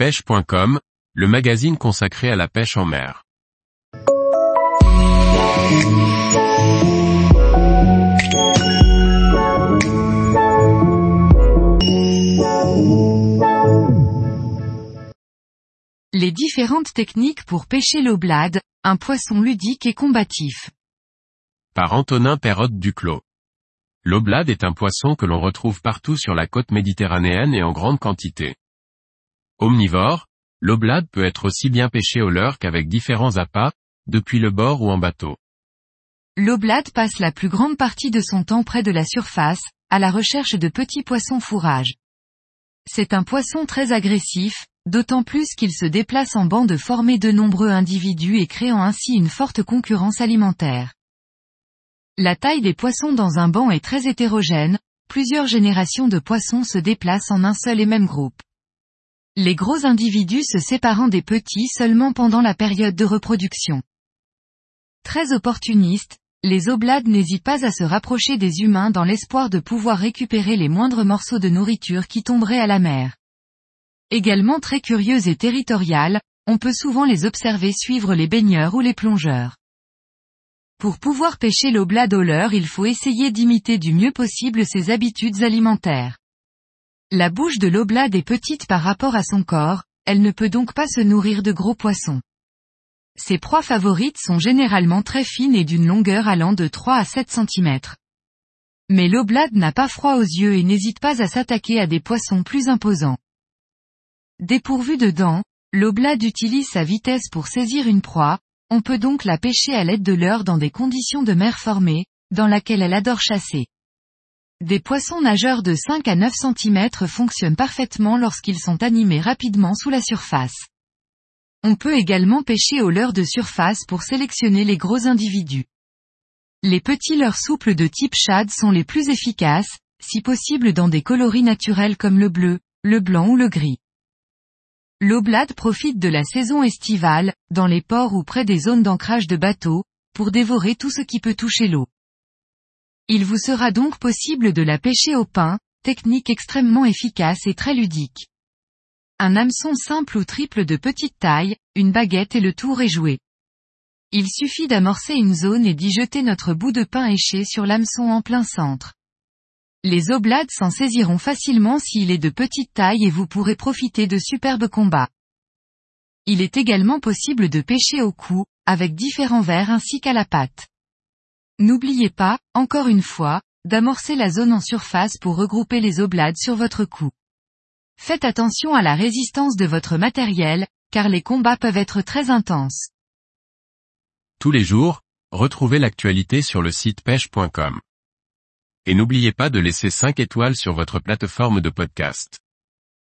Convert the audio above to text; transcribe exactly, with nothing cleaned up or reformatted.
pêche point com, le magazine consacré à la pêche en mer. Les différentes techniques pour pêcher l'oblade, un poisson ludique et combatif. Par Antonin Perrotte Duclos. L'oblade est un poisson que l'on retrouve partout sur la côte méditerranéenne et en grande quantité. Omnivore, l'oblade peut être aussi bien pêché au leurre qu'avec différents appâts, depuis le bord ou en bateau. L'oblade passe la plus grande partie de son temps près de la surface, à la recherche de petits poissons fourrages. C'est un poisson très agressif, d'autant plus qu'il se déplace en bande formée de nombreux individus et créant ainsi une forte concurrence alimentaire. La taille des poissons dans un banc est très hétérogène, plusieurs générations de poissons se déplacent en un seul et même groupe. Les gros individus se séparant des petits seulement pendant la période de reproduction. Très opportunistes, les oblades n'hésitent pas à se rapprocher des humains dans l'espoir de pouvoir récupérer les moindres morceaux de nourriture qui tomberaient à la mer. Également très curieuses et territoriales, on peut souvent les observer suivre les baigneurs ou les plongeurs. Pour pouvoir pêcher l'oblade au leurre, il faut essayer d'imiter du mieux possible ses habitudes alimentaires. La bouche de l'oblade est petite par rapport à son corps, elle ne peut donc pas se nourrir de gros poissons. Ses proies favorites sont généralement très fines et d'une longueur allant de trois à sept centimètres. Mais l'oblade n'a pas froid aux yeux et n'hésite pas à s'attaquer à des poissons plus imposants. Dépourvue de dents, l'oblade utilise sa vitesse pour saisir une proie, on peut donc la pêcher à l'aide de leurre dans des conditions de mer formée, dans laquelle elle adore chasser. Des poissons nageurs de cinq à neuf centimètres fonctionnent parfaitement lorsqu'ils sont animés rapidement sous la surface. On peut également pêcher au leurre de surface pour sélectionner les gros individus. Les petits leurres souples de type shad sont les plus efficaces, si possible dans des coloris naturels comme le bleu, le blanc ou le gris. L'oblade profite de la saison estivale, dans les ports ou près des zones d'ancrage de bateaux, pour dévorer tout ce qui peut toucher l'eau. Il vous sera donc possible de la pêcher au pain, technique extrêmement efficace et très ludique. Un hameçon simple ou triple de petite taille, une baguette et le tour est joué. Il suffit d'amorcer une zone et d'y jeter notre bout de pain éché sur l'hameçon en plein centre. Les oblades s'en saisiront facilement s'il est de petite taille et vous pourrez profiter de superbes combats. Il est également possible de pêcher au cou, avec différents vers ainsi qu'à la patte. N'oubliez pas, encore une fois, d'amorcer la zone en surface pour regrouper les oblades sur votre cou. Faites attention à la résistance de votre matériel, car les combats peuvent être très intenses. Tous les jours, retrouvez l'actualité sur le site pêche point com. Et n'oubliez pas de laisser cinq étoiles sur votre plateforme de podcast.